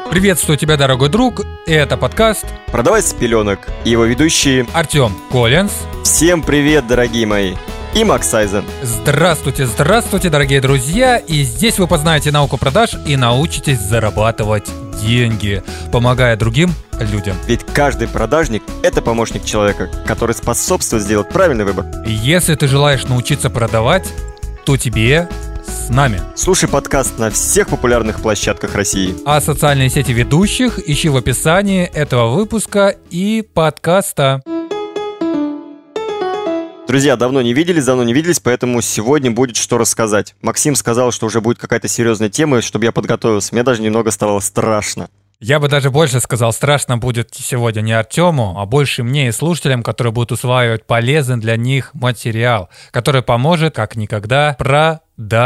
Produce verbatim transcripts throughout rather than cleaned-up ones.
Приветствую тебя, дорогой друг, это подкаст «Продавай с пеленок» и его ведущие Артем Коллинз. Всем привет, дорогие мои, и Макс Айзен. Здравствуйте, здравствуйте, дорогие друзья, и здесь вы познаете науку продаж и научитесь зарабатывать деньги, помогая другим людям. Ведь каждый продажник – это помощник человека, который способствует сделать правильный выбор. И если ты желаешь научиться продавать, то тебе с нами. Слушай подкаст на всех популярных площадках России. А социальные сети ведущих ищи в описании этого выпуска и подкаста. Друзья, давно не виделись, давно не виделись, поэтому сегодня будет что рассказать. Максим сказал, что уже будет какая-то серьезная тема, чтобы я подготовился. Мне даже немного стало страшно. Я бы даже больше сказал, страшно будет сегодня не Артему, а больше мне и слушателям, которые будут усваивать полезный для них материал, который поможет, как никогда, продавать.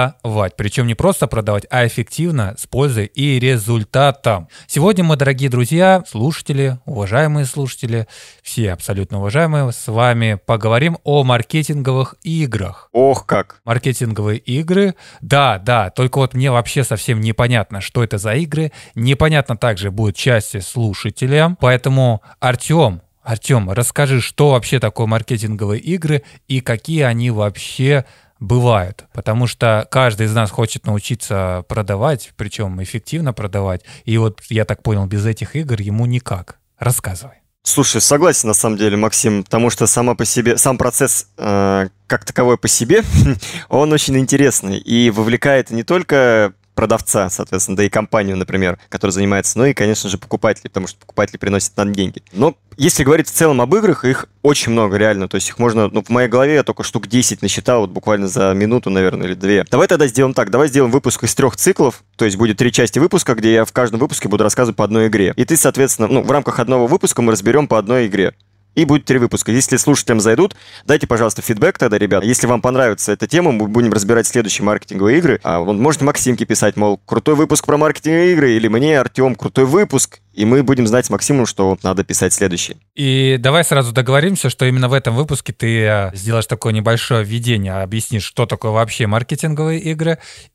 Причем не просто продавать, а эффективно, с пользой и результатом. Сегодня мы, дорогие друзья, слушатели, уважаемые слушатели, все абсолютно уважаемые, с вами поговорим о маркетинговых играх. Ох как! Маркетинговые игры, да, да, только вот мне вообще совсем непонятно, что это за игры, непонятно также будет части слушателям, поэтому, Артем, Артем, расскажи, что вообще такое маркетинговые игры и какие они вообще бывают, потому что каждый из нас хочет научиться продавать, причем эффективно продавать, и вот я так понял, без этих игр ему никак. Рассказывай. Слушай, согласен на самом деле, Максим, потому что сама по себе, сам процесс э, как таковой по себе, он очень интересный и вовлекает не только продавца, соответственно, да и компанию, например, которая занимается, ну и, конечно же, покупателей, потому что покупатели приносят нам деньги. Но если говорить в целом об играх, их очень много реально, то есть их можно, ну, в моей голове я только штук десять насчитал, вот буквально за минуту, наверное, или две. Давай тогда сделаем так, давай сделаем выпуск из трех циклов, то есть будет три части выпуска, где я в каждом выпуске буду рассказывать по одной игре. И ты, соответственно, ну, в рамках одного выпуска мы разберем по одной игре. И будет три выпуска. Если слушателям зайдут, дайте, пожалуйста, фидбэк тогда, ребят. Если вам понравится эта тема, мы будем разбирать следующие маркетинговые игры. А вот можете Максимке писать, мол, крутой выпуск про маркетинговые игры, или мне, Артем, крутой выпуск. И мы будем знать с Максимом, что надо писать следующий. И давай сразу договоримся, что именно в этом выпуске ты сделаешь такое небольшое введение, объяснишь, что такое вообще маркетинговые игры,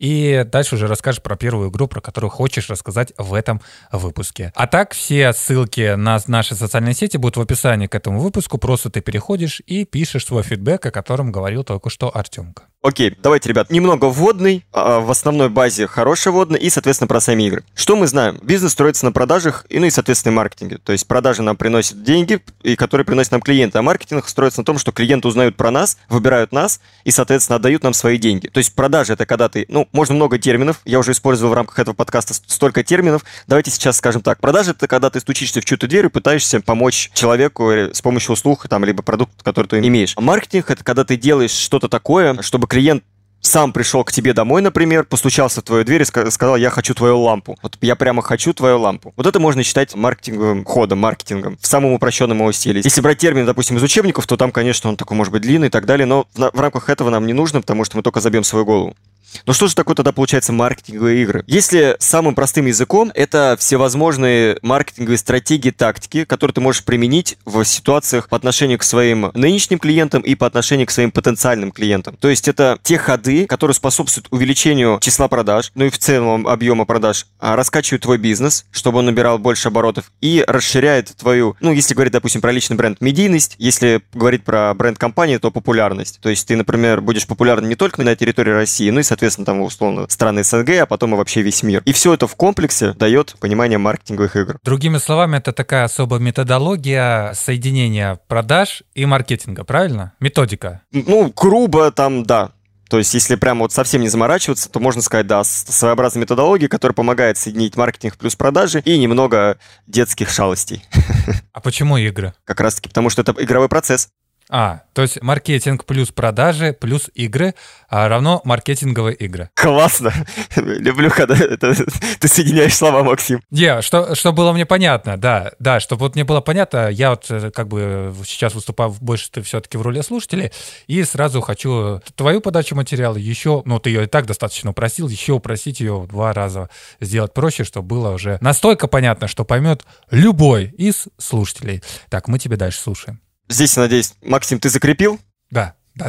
и дальше уже расскажешь про первую игру, про которую хочешь рассказать в этом выпуске. А так, все ссылки на наши социальные сети будут в описании к этому выпуску, просто ты переходишь и пишешь свой фидбэк, о котором говорил только что Артемка. Окей, давайте, ребят, немного вводный, а в основной базе хороший вводный и, соответственно, про сами игры. Что мы знаем? Бизнес строится на продажах и, ну и, соответственно, маркетинге. То есть продажи нам приносят деньги, и которые приносят нам клиенты, а маркетинг строится на том, что клиенты узнают про нас, выбирают нас и, соответственно, отдают нам свои деньги. То есть продажи — это когда ты, ну, можно много терминов, я уже использовал в рамках этого подкаста столько терминов, давайте сейчас скажем так. Продажи — это когда ты стучишься в чью-то дверь и пытаешься помочь человеку с помощью услуг, там, либо продукта, который ты имеешь. А маркетинг — это когда ты делаешь что-то такое, чтобы клиент сам пришел к тебе домой, например, постучался в твою дверь и сказал: я хочу твою лампу. Вот я прямо хочу твою лампу. Вот это можно считать маркетинговым ходом, маркетингом в самом упрощенном его стиле. Если брать термин, допустим, из учебников, то там, конечно, он такой может быть длинный и так далее, но в, в рамках этого нам не нужно, потому что мы только забьем свою голову. Но что же такое тогда получается маркетинговые игры? Если самым простым языком, это всевозможные маркетинговые стратегии, тактики, которые ты можешь применить в ситуациях по отношению к своим нынешним клиентам и по отношению к своим потенциальным клиентам. То есть это те ходы, которые способствуют увеличению числа продаж, ну и в целом объема продаж, раскачивают твой бизнес, чтобы он набирал больше оборотов, и расширяет твою, ну если говорить, допустим, про личный бренд, медийность, если говорить про бренд компании, то популярность. То есть ты, например, будешь популярен не только на территории России, но и, соответственно, соответственно, там, условно, страны СНГ, а потом и вообще весь мир. И все это в комплексе дает понимание маркетинговых игр. Другими словами, это такая особая методология соединения продаж и маркетинга, правильно? Методика. Ну, грубо там, да. То есть, если прямо вот совсем не заморачиваться, то можно сказать, да, своеобразная методология, которая помогает соединить маркетинг плюс продажи и немного детских шалостей. А почему игры? Как раз-таки потому, что это игровой процесс. А, то есть маркетинг плюс продажи плюс игры а равно маркетинговые игры. Классно. Люблю, когда это, ты соединяешь слова, Максим. Не, что, что было мне понятно, да, да, чтобы вот мне было понятно, я вот как бы сейчас выступаю больше все-таки в роли слушателя, и сразу хочу твою подачу материала еще, ну ты ее и так достаточно упросил, еще упросить ее в два раза сделать проще, чтобы было уже настолько понятно, что поймет любой из слушателей. Так, мы тебя дальше слушаем. Здесь, надеюсь, Максим, ты закрепил? Да, да, да, да.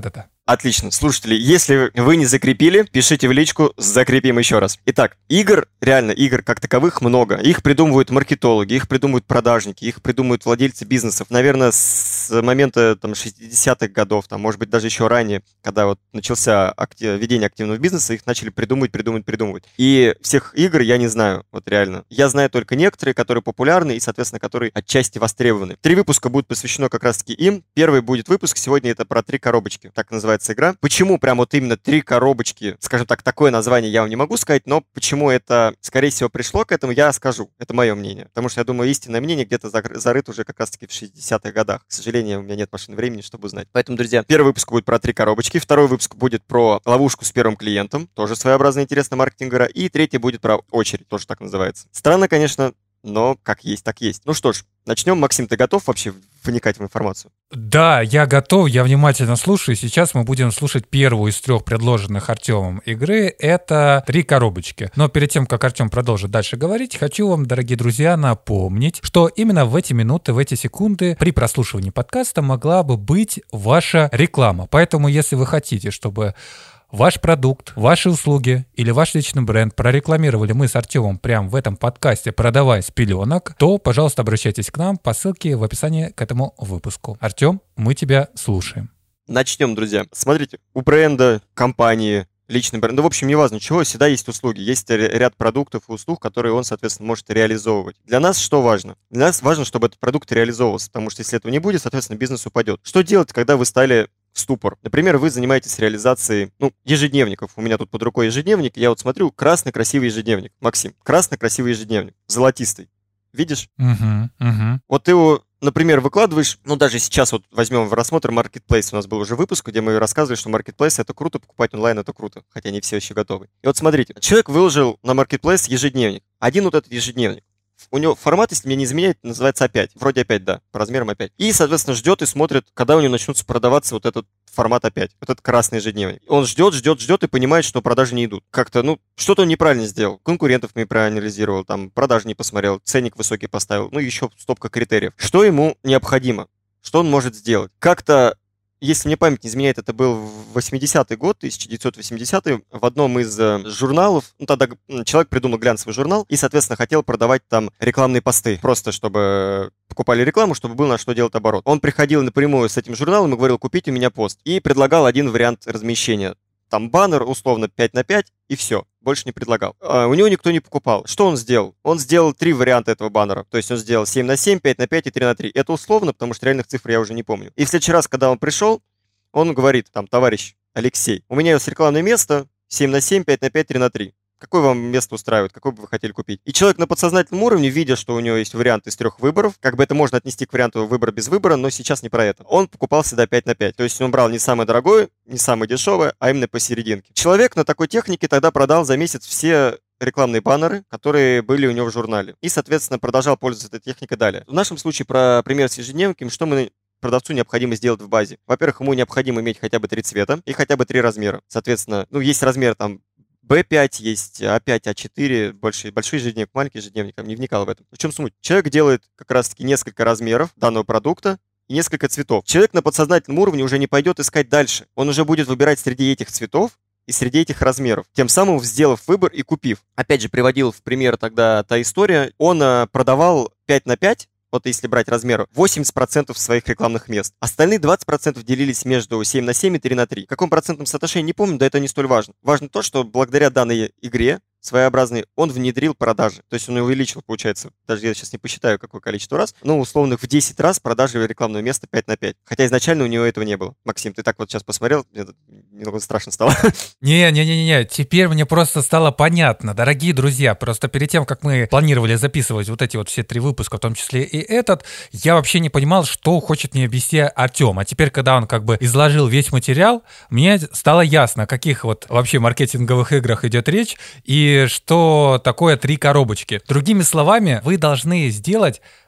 Отлично. Слушатели, если вы не закрепили, пишите в личку, закрепим еще раз. Итак, игр, реально игр как таковых много. Их придумывают маркетологи, их придумывают продажники, их придумывают владельцы бизнесов. Наверное, с момента там, шестидесятых годов, там, может быть, даже еще ранее, когда вот начался актив... ведение активного бизнеса, их начали придумывать, придумывать, придумывать. И всех игр я не знаю, вот реально. Я знаю только некоторые, которые популярны и, соответственно, которые отчасти востребованы. Три выпуска будут посвящено как раз-таки им. Первый будет выпуск, сегодня это про три коробочки, так называется игра. Почему прям вот именно три коробочки, скажем так, такое название я вам не могу сказать, но почему это, скорее всего, пришло к этому, я скажу. Это мое мнение. Потому что я думаю, истинное мнение где-то зарыто уже как раз-таки в шестидесятых годах. К сожалению, у меня нет машины времени, чтобы узнать. Поэтому, друзья, первый выпуск будет про три коробочки, второй выпуск будет про ловушку с первым клиентом, тоже своеобразная интересная маркетинг-игра, и третий будет про очередь, тоже так называется. Странно, конечно, но как есть, так есть. Ну что ж, начнем. Максим, ты готов вообще вникать в информацию? Да, я готов, я внимательно слушаю. Сейчас мы будем слушать первую из трех предложенных Артемом игры. Это три коробочки. Но перед тем, как Артем продолжит дальше говорить, хочу вам, дорогие друзья, напомнить, что именно в эти минуты, в эти секунды при прослушивании подкаста могла бы быть ваша реклама. Поэтому, если вы хотите, чтобы ваш продукт, ваши услуги или ваш личный бренд прорекламировали мы с Артемом прямо в этом подкасте, продавая с пеленок, то, пожалуйста, обращайтесь к нам по ссылке в описании к этому выпуску. Артем, мы тебя слушаем. Начнем, друзья. Смотрите, у бренда, компании, личный бренд, ну, в общем, неважно чего, всегда есть услуги, есть ряд продуктов и услуг, которые он, соответственно, может реализовывать. Для нас что важно? Для нас важно, чтобы этот продукт реализовывался, потому что если этого не будет, соответственно, бизнес упадет. Что делать, когда вы стали ступор? Например, вы занимаетесь реализацией, ну, ежедневников. У меня тут под рукой ежедневник, я вот смотрю, красный красивый ежедневник. Максим, красный красивый ежедневник, золотистый. Видишь? Угу, угу. Вот ты его, например, выкладываешь, ну, даже сейчас вот возьмем в рассмотр Marketplace, у нас был уже выпуск, где мы рассказывали, что Marketplace — это круто, покупать онлайн — это круто, хотя не все еще готовы. И вот смотрите, человек выложил на Marketplace ежедневник, один вот этот ежедневник. У него формат, если мне не изменяет, называется опять. Вроде опять, да, по размерам опять. И, соответственно, ждет и смотрит, когда у него начнутся продаваться вот этот формат опять. Вот этот красный ежедневник. Он ждет, ждет, ждет и понимает, что продажи не идут. Как-то, ну, что-то он неправильно сделал. Конкурентов не проанализировал, там, продажи не посмотрел, ценник высокий поставил. Ну, еще стопка критериев. Что ему необходимо? Что он может сделать? Как-то, если мне память не изменяет, это был восьмидесятый год, тысяча девятьсот восьмидесятый, в одном из э, журналов, ну тогда человек придумал глянцевый журнал и, соответственно, хотел продавать там рекламные посты, просто чтобы покупали рекламу, чтобы было на что делать оборот. Он приходил напрямую с этим журналом и говорил: купите у меня пост, и предлагал один вариант размещения. Там баннер, условно, пять на пять, и все. Больше не предлагал. А у него никто не покупал. Что он сделал? Он сделал три варианта этого баннера. То есть он сделал семь на семь, пять на пять и три на три. Это условно, потому что реальных цифр я уже не помню. И в следующий раз, когда он пришел, он говорит, там, товарищ Алексей, у меня есть рекламное место семь на семь, пять на пять, три на три. Какое вам место устраивает? Какое бы вы хотели купить? И человек на подсознательном уровне, видя, что у него есть вариант из трех выборов, как бы это можно отнести к варианту выбора без выбора, но сейчас не про это. Он покупал всегда пять на пять. То есть он брал не самое дорогое, не самое дешевое, а именно посерединке. Человек на такой технике тогда продал за месяц все рекламные баннеры, которые были у него в журнале. И, соответственно, продолжал пользоваться этой техникой далее. В нашем случае про пример с ежедневником, что мы продавцу необходимо сделать в базе. Во-первых, ему необходимо иметь хотя бы три цвета и хотя бы три размера. Соответственно, ну, есть размер там бэ пять, есть а пять, а четыре, большой, большой ежедневник, маленький ежедневник, там не вникал в этом. В чем суть? Человек делает как раз-таки несколько размеров данного продукта и несколько цветов. Человек на подсознательном уровне уже не пойдет искать дальше. Он уже будет выбирать среди этих цветов и среди этих размеров, тем самым сделав выбор и купив. Опять же, приводил в пример тогда та история. Он а, продавал пять на пять, вот если брать размер, восемьдесят процентов своих рекламных мест. Остальные двадцать процентов делились между семь на семь и три на три. В каком процентном соотношении, не помню, да это не столь важно. Важно то, что благодаря данной игре своеобразный, он внедрил продажи. То есть он увеличил, получается, даже я сейчас не посчитаю, какое количество раз, но условных в десять раз продажи рекламного места пять на пять. Хотя изначально у него этого не было. Максим, ты так вот сейчас посмотрел, мне немного страшно стало. Не-не-не-не, теперь мне просто стало понятно. Дорогие друзья, просто перед тем, как мы планировали записывать вот эти вот все три выпуска, в том числе и этот, я вообще не понимал, что хочет мне объяснить Артем. А теперь, когда он как бы изложил весь материал, мне стало ясно, о каких вот вообще маркетинговых играх идет речь, и что такое три коробочки. Другими словами, вы должны сделать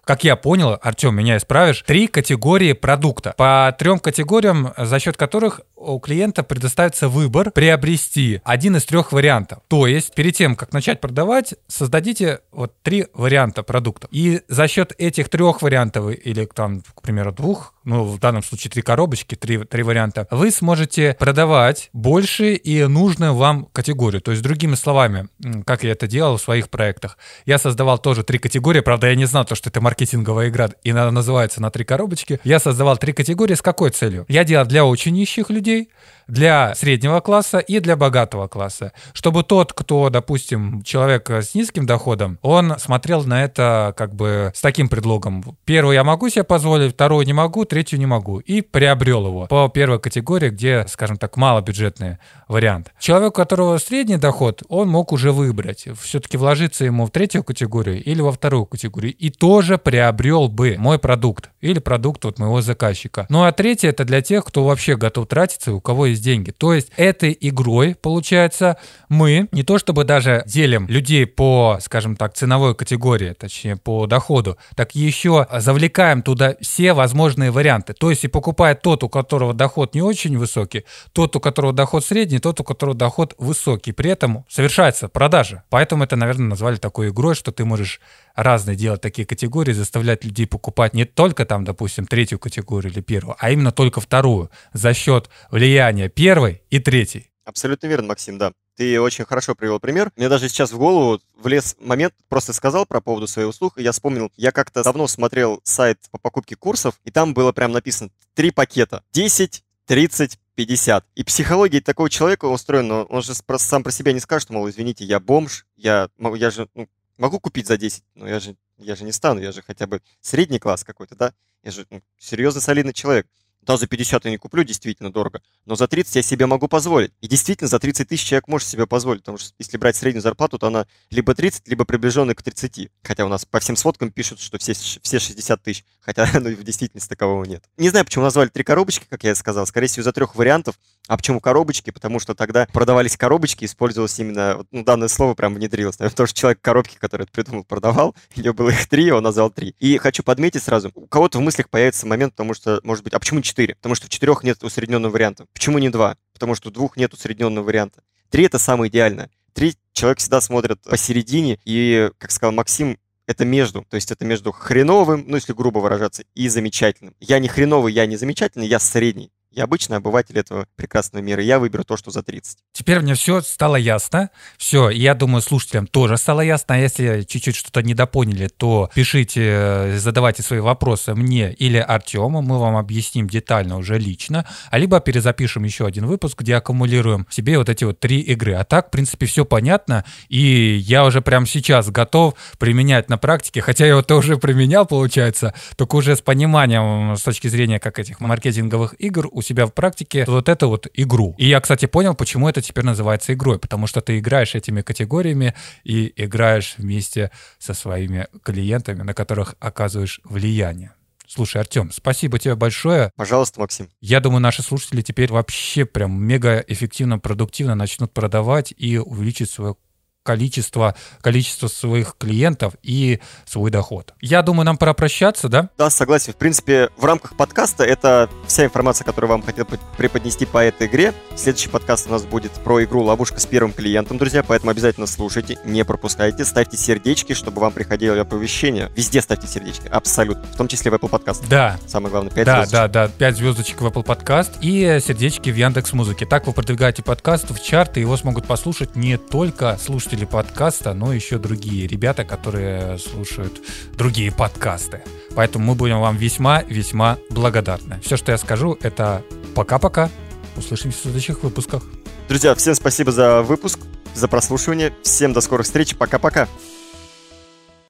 как я понял, Артем, меня исправишь, три категории продукта. По трем категориям, за счет которых у клиента предоставится выбор приобрести один из трех вариантов. То есть, перед тем, как начать продавать, создадите вот три варианта продуктов. И за счет этих трех вариантов, или там, к примеру, двух, ну, в данном случае три коробочки, три, три варианта, вы сможете продавать больше и нужную вам категорию. То есть, другими словами, как я это делал в своих проектах, я создавал тоже три категории, правда, я не знал, то, что это маркетинговая игра, и она называется на три коробочки. Я создавал три категории с какой целью? Я делал для очень нищих людей, для среднего класса и для богатого класса. Чтобы тот, кто, допустим, человек с низким доходом, он смотрел на это как бы с таким предлогом. Первую я могу себе позволить, вторую не могу, третью не могу. И приобрел его по первой категории, где, скажем так, малобюджетный вариант. Человек, у которого средний доход, он мог уже выбрать, все-таки вложиться ему в третью категорию или во вторую категорию. И тоже приобрел бы мой продукт или продукт от моего заказчика. Ну а третье — это для тех, кто вообще готов тратиться, у кого есть деньги. То есть этой игрой, получается, мы не то чтобы даже делим людей по, скажем так, ценовой категории, точнее по доходу, так еще завлекаем туда все возможные варианты. То есть и покупает тот, у которого доход не очень высокий, тот, у которого доход средний, тот, у которого доход высокий. При этом совершается продажа. Поэтому это, наверное, назвали такой игрой, что ты можешь разные делать такие категории, заставлять людей покупать не только там, допустим, третью категорию или первую, а именно только вторую за счет влияния первой и третьей. Абсолютно верно, Максим, да. Ты очень хорошо привел пример. Мне даже сейчас в голову влез момент, просто сказал про поводу своих услуг, и я вспомнил, я как-то давно смотрел сайт по покупке курсов, и там было прям написано три пакета. десять, тридцать, пятьдесят. И психология такого человека устроена, он же сам про себя не скажет, мол, извините, я бомж, я, я же ну, могу купить за десять, но я же, я же не стану, я же хотя бы средний класс какой-то, да? Я же ну, серьезно солидный человек. Да, за пятьдесят я не куплю, действительно дорого, но за тридцать я себе могу позволить. И действительно, за тридцать тысяч человек может себе позволить, потому что если брать среднюю зарплату, то она либо тридцать, либо приближенная к тридцати. Хотя у нас по всем сводкам пишут, что все, все шестьдесят тысяч, хотя ну, в действительности такового нет. Не знаю, почему назвали три коробочки, как я сказал, скорее всего, из-за трех вариантов. А почему коробочки? Потому что тогда продавались коробочки, использовалось именно, ну, данное слово прям внедрилось. Наверное, потому что человек коробки, который это придумал, продавал, у него было их три, он назвал три. И хочу подметить сразу, у кого-то в мыслях появится момент, потому что, может быть, а почему четыре? Потому что в четырех нет усредненного варианта. Почему не два? Потому что у двух нет усредненного варианта. Три — это самое идеальное. Три человек всегда смотрят посередине, и, как сказал Максим, это между, то есть это между хреновым, ну, если грубо выражаться, и замечательным. Я не хреновый, я не замечательный, я средний. Я обычный обыватель этого прекрасного мира, и я выберу то, что за тридцать. Теперь мне все стало ясно. Все, я думаю, слушателям тоже стало ясно. А если чуть-чуть что-то недопоняли, то пишите, задавайте свои вопросы мне или Артему. Мы вам объясним детально уже лично. А либо перезапишем еще один выпуск, где аккумулируем в себе вот эти вот три игры. А так, в принципе, все понятно. И я уже прямо сейчас готов применять на практике. Хотя я это уже применял, получается, только уже с пониманием с точки зрения как этих маркетинговых игр у себя в практике вот эту вот игру. И я, кстати, понял, почему это теперь называется игрой, потому что ты играешь этими категориями и играешь вместе со своими клиентами, на которых оказываешь влияние. Слушай, Артем, спасибо тебе большое. Пожалуйста, Максим. Я думаю, наши слушатели теперь вообще прям мега эффективно, продуктивно начнут продавать и увеличить свое количество, количество своих клиентов и свой доход. Я думаю, нам пора прощаться, да? Да, согласен. В принципе, в рамках подкаста это вся информация, которую вам хотел преподнести по этой игре. Следующий подкаст у нас будет про игру «Ловушка с первым клиентом», друзья, поэтому обязательно слушайте, не пропускайте, ставьте сердечки, чтобы вам приходило оповещение. Везде ставьте сердечки, абсолютно, в том числе в Apple Podcast. Да. Самое главное, пять да, звездочек. Да, да, да, пять звездочек в Apple Podcast и сердечки в Яндекс.Музыке. Так вы продвигаете подкаст в чарты, его смогут послушать не только слушатели подкаста, но еще другие ребята, которые слушают другие подкасты. Поэтому мы будем вам весьма-весьма благодарны. Все, что я скажу, это пока-пока. Услышимся в следующих выпусках. Друзья, всем спасибо за выпуск, за прослушивание. Всем до скорых встреч. Пока-пока.